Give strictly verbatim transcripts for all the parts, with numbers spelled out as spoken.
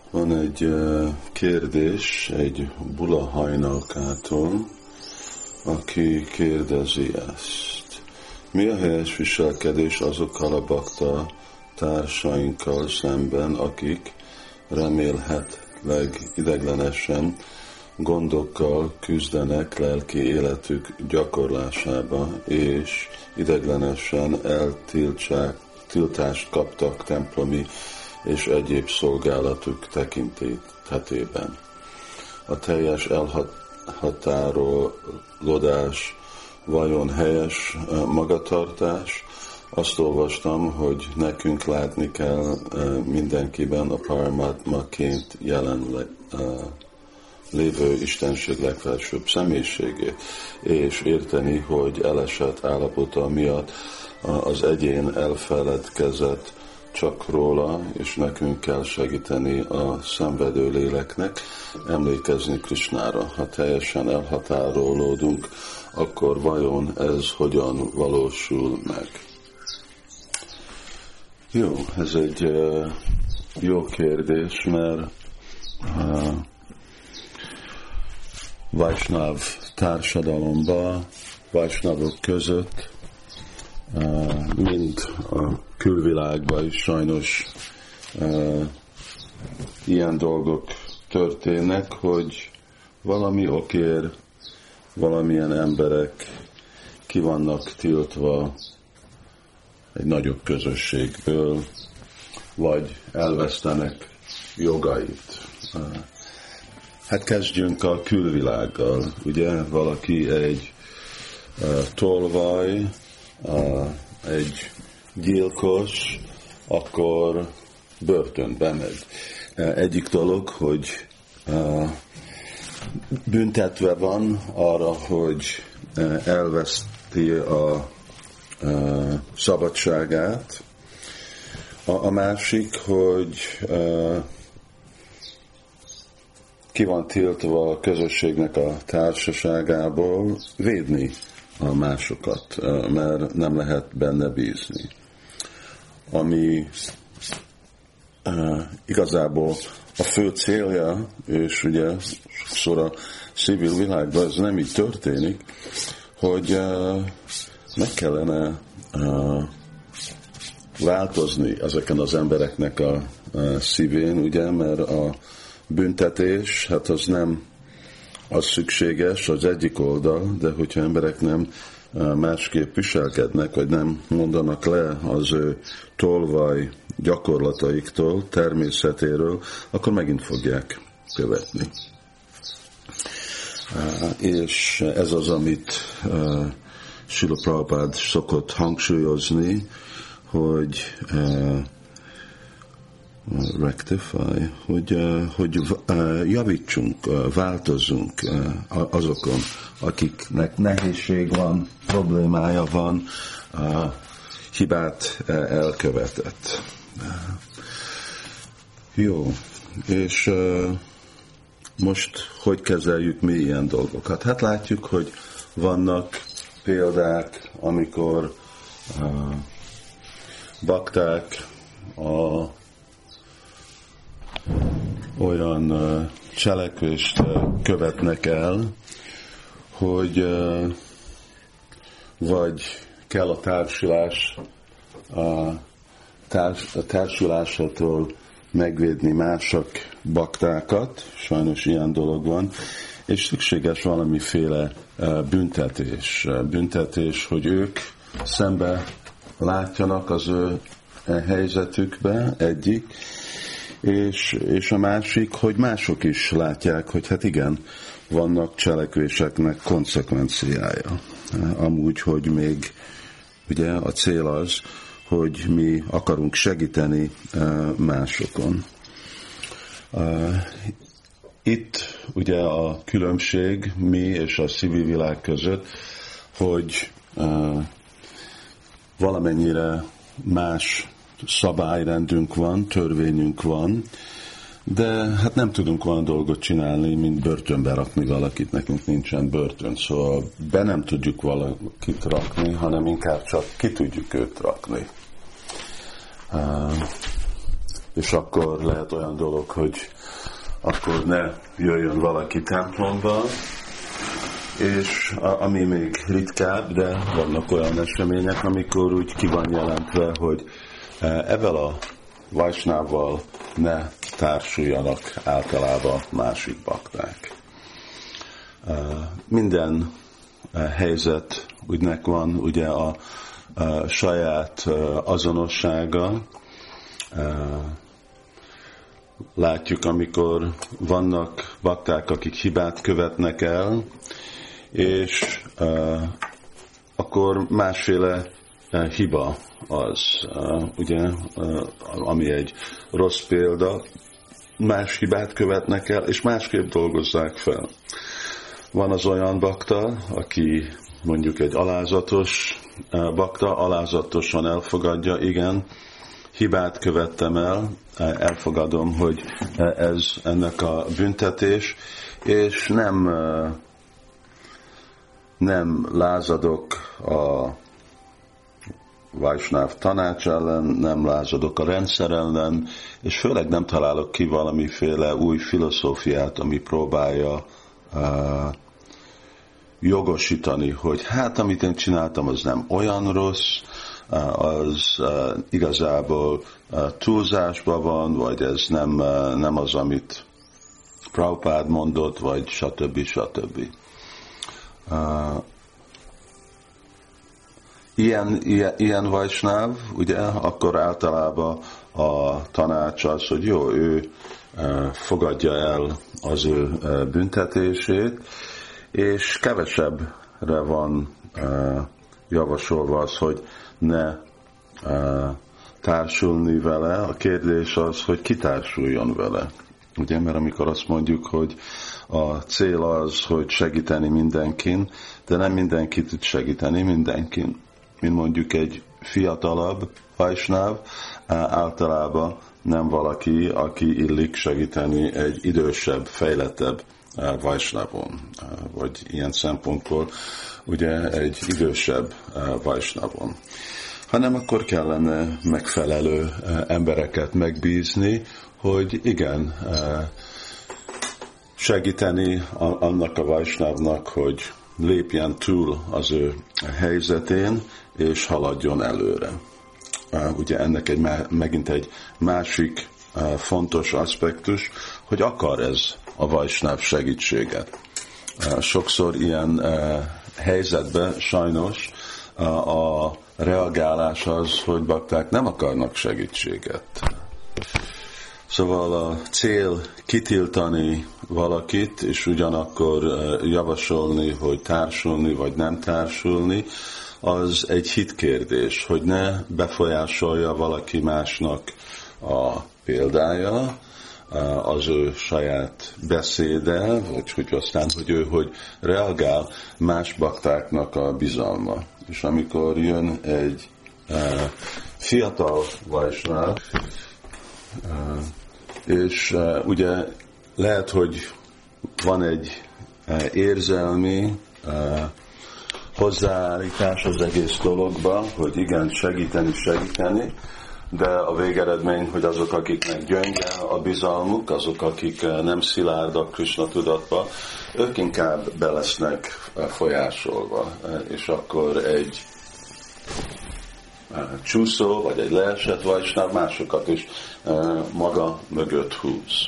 Van egy kérdés egy Bula hajnalkától, aki kérdezi ezt. Mi a helyes viselkedés azokkal a bakta társainkkal szemben, akik remélhetőleg ideglenesen gondokkal küzdenek lelki életük gyakorlásába, és ideglenesen eltiltást kaptak templomi és egyéb szolgálatuk tekintetében. A teljes elhatárolódás vajon helyes magatartás? Azt olvastam, hogy nekünk látni kell mindenkiben a Paramatmaként jelen lévő Istenség legfelsőbb személyiségét, és érteni, hogy elesett állapota miatt az egyén elfeledkezett csak róla, és nekünk kell segíteni a szenvedő léleknek emlékezni Krisnára. Ha teljesen elhatárolódunk, akkor vajon ez hogyan valósul meg? Jó, ez egy uh, jó kérdés, mert uh, Vajsnáv társadalomban, Vajsnavok között, uh, mind a külvilágban is sajnos uh, ilyen dolgok történnek, hogy valami okért valamilyen emberek ki vannak tiltva egy nagyobb közösségből, vagy elvesztenek jogait. Hát kezdjünk a külvilággal. Ugye valaki egy uh, tolvaj, uh, egy gyilkos, akkor börtönbe megy. Uh, egyik dolog, hogy uh, büntetve van arra, hogy uh, elveszti a uh, szabadságát. A, a másik, hogy uh, ki van tiltva a közösségnek a társaságából védni a másokat, uh, mert nem lehet benne bízni. Ami uh, igazából a fő célja, és ugye sokszor a civil világban ez nem így történik, hogy uh, meg kellene uh, változni ezeken az embereknek a uh, szívén, ugye, mert a büntetés, hát az nem az szükséges az egyik oldal, de hogyha emberek nem uh, másképp viselkednek, vagy nem mondanak le az ő tolvaj gyakorlataiktól, természetéről, akkor megint fogják követni. Uh, és ez az, amit uh, Srila Prabhupád szokott hangsúlyozni, hogy uh, rectify, hogy, uh, hogy uh, javítsunk, uh, változzunk uh, azokon, akiknek nehézség van, problémája van, uh, hibát uh, elkövetett. Uh, jó, és uh, most hogy kezeljük mi ilyen dolgokat? Hát látjuk, hogy vannak példák, amikor uh, bakták a, olyan uh, cselekvést uh, követnek el, hogy uh, vagy kell a társulás, a, társ, a társulásától megvédni mások baktákat, sajnos ilyen dolog van, és szükséges valamiféle büntetés. Büntetés, hogy ők szembe látjanak az ő helyzetükbe, egyik, és, és a másik, hogy mások is látják, hogy hát igen, vannak cselekvéseknek konszekvenciája. Amúgy, hogy még ugye a cél az, hogy mi akarunk segíteni másokon. Itt ugye a különbség mi és a civil világ között, hogy valamennyire más szabályrendünk van, törvényünk van, de hát nem tudunk olyan dolgot csinálni, mint börtönbe rakni valakit, nekünk nincsen börtön, szóval be nem tudjuk valakit rakni, hanem inkább csak ki tudjuk őt rakni. Uh, és akkor lehet olyan dolog, hogy akkor ne jöjjön valaki templomba, és a, ami még ritkább, de vannak olyan események, amikor úgy ki van jelentve, hogy ezzel a vajsnávval ne társuljanak általában másik bakták. Minden helyzet úgynek van ugye a, a saját azonossága. Látjuk, amikor vannak bakták, akik hibát követnek el, és uh, akkor másféle uh, hiba az, uh, ugye, uh, ami egy rossz példa, más hibát követnek el, és másképp dolgozzák fel. Van az olyan bakta, aki mondjuk egy alázatos uh, bakta, alázatosan elfogadja, igen, hibát követtem el, elfogadom, hogy ez ennek a büntetés, és nem nem lázadok a vajsnáv tanács ellen, nem lázadok a rendszer ellen, és főleg nem találok ki valamiféle új filozófiát, ami próbálja uh, jogosítani, hogy hát amit én csináltam, az nem olyan rossz, az uh, igazából uh, túlzásban van, vagy ez nem, uh, nem az, amit Prabhupád mondott, vagy stb. stb. Uh, ilyen, ilyen, ilyen vajsnáv, ugye, akkor általában a tanács az, hogy jó, ő uh, fogadja el az ő uh, büntetését, és kevesebbre van uh, javasolva az, hogy ne uh, társulni vele. A kérdés az, hogy ki társuljon vele. Ugye, mert amikor azt mondjuk, hogy a cél az, hogy segíteni mindenkin, de nem mindenki tud segíteni mindenkin. Mint mondjuk egy fiatalabb vajsnáv, általában nem valaki, aki illik segíteni egy idősebb, fejlettebb vajsnávon, vagy ilyen szempontból ugye egy idősebb vajsnávon. Hanem akkor kellene megfelelő embereket megbízni, hogy igen, segíteni annak a vajsnávnak, hogy lépjen túl az ő helyzetén, és haladjon előre. Ugye ennek egy, megint egy másik fontos aspektus, hogy akar ez a vajsnáv segítséget. Sokszor ilyen helyzetben sajnos a reagálás az, hogy bakták nem akarnak segítséget. Szóval a cél kitiltani valakit, és ugyanakkor javasolni, hogy társulni vagy nem társulni, az egy hitkérdés, hogy ne befolyásolja valaki másnak a példája, az ő saját beszéde, vagy hogy aztán, hogy ő hogy reagál más baktáknak a bizalma. És amikor jön egy uh, fiatal vajsnáv, uh, és uh, ugye lehet, hogy van egy uh, érzelmi uh, hozzáállítás az egész dologba, hogy igen, segíteni, segíteni, de a végeredmény, hogy azok, akiknek gyönge a bizalmuk, azok, akik nem szilárdak Krishna tudatba, ők inkább be lesznek folyásolva, és akkor egy csúszó, vagy egy leesett vajsnáv másokat is maga mögött húz.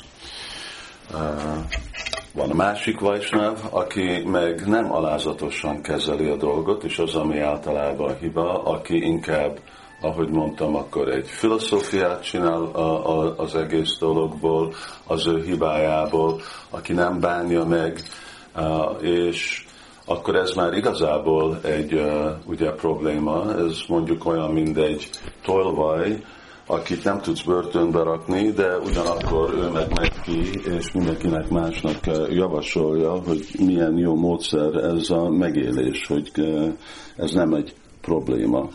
Van a másik vajsnáv, aki meg nem alázatosan kezeli a dolgot, és az, ami általában a hiba, aki inkább, ahogy mondtam, akkor egy filozófiát csinál a, a, az egész dologból, az ő hibájából, aki nem bánja meg, és akkor ez már igazából egy ugye probléma, ez mondjuk olyan, mint egy tolvaj, akit nem tudsz börtönbe rakni, de ugyanakkor ő meg megy ki, és mindenkinek másnak javasolja, hogy milyen jó módszer ez a megélés, hogy ez nem egy probléma.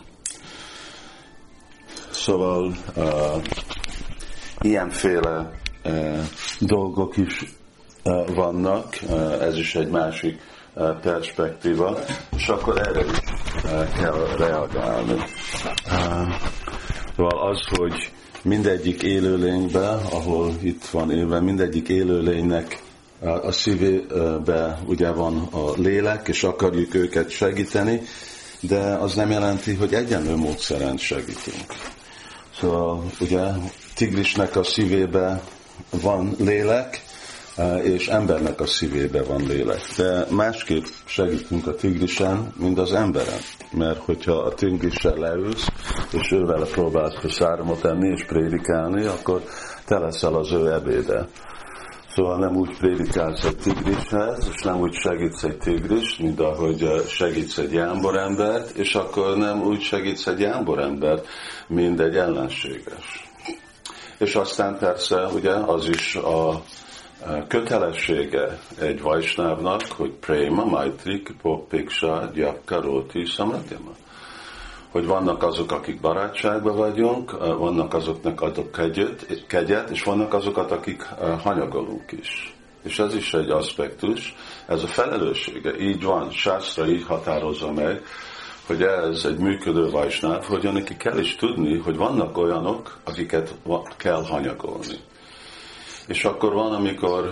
Szóval uh, ilyenféle uh, dolgok is uh, vannak, uh, ez is egy másik uh, perspektíva, és akkor erre is uh, kell reagálni. Uh, Szóval az, hogy mindegyik élőlényben, ahol itt van élve, mindegyik élőlénynek a szívébe ugye van a lélek, és akarjuk őket segíteni, de az nem jelenti, hogy egyenlő módszeren segítünk. Szóval ugye tigrisnek a szívébe van lélek, és embernek a szívébe van lélek. De másképp segítünk a tigrisen, mint az emberen. Mert hogyha a tigrissel leülsz, és ő vele próbálsz koszáramot enni és prédikálni, akkor te leszel az ő ebéde. Szóval nem úgy prédikálsz egy tigrishez, és nem úgy segítsz egy tigris, mint ahogy segítsz egy jámborembert, és akkor nem úgy segítsz egy jámborembert, mint egy ellenséges. És aztán persze ugye az is a kötelessége egy vajsnávnak, hogy préma, maitri, kipopiksha, gyakkaroti, samratyama. Hogy vannak azok, akik barátságban vagyunk, vannak azoknak adok kegyet, kegyet, és vannak azokat, akik hanyagolunk is. És ez is egy aspektus, ez a felelőssége. Így van, sásztra így határozza meg, hogy ez egy működő vajsnáv, hogy neki kell is tudni, hogy vannak olyanok, akiket kell hanyagolni. És akkor van, amikor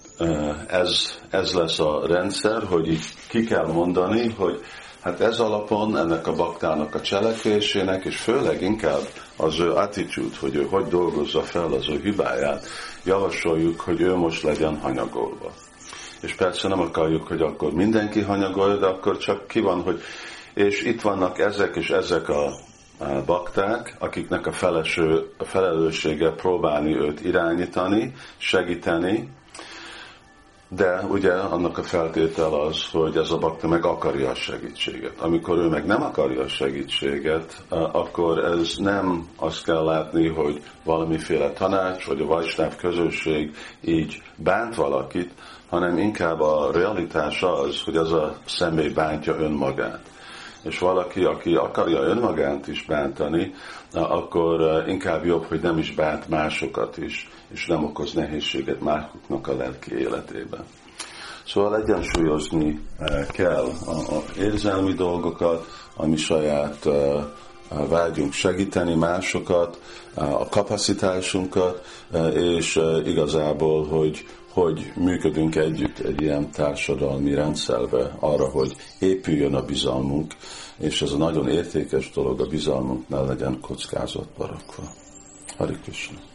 ez, ez lesz a rendszer, hogy így ki kell mondani, hogy hát ez alapon ennek a baktának a cselekvésének, és főleg inkább az ő attitude, hogy ő hogy dolgozza fel az ő hibáját, javasoljuk, hogy ő most legyen hanyagolva. És persze nem akarjuk, hogy akkor mindenki hanyagolja, de akkor csak ki van, hogy és itt vannak ezek és ezek a bakták, akiknek a, feleső, a felelőssége próbálni őt irányítani, segíteni, de ugye annak a feltétel az, hogy ez a bakta meg akarja a segítséget. Amikor ő meg nem akarja a segítséget, akkor ez nem azt kell látni, hogy valamiféle tanács, vagy a vajsnáv közösség így bánt valakit, hanem inkább a realitás az, hogy az a személy bántja önmagát. És valaki, aki akarja önmagát is bántani, akkor inkább jobb, hogy nem is bánt másokat is, és nem okoz nehézséget másoknak a lelki életében. Szóval egyensúlyozni kell az érzelmi dolgokat, a mi saját vágyunk segíteni másokat, a kapacitásunkat, és igazából, hogy hogy működünk együtt egy ilyen társadalmi rendszerbe arra, hogy épüljön a bizalmunk, és ez a nagyon értékes dolog, a bizalmunknál legyen kockázatba rakva. Hare Krishna.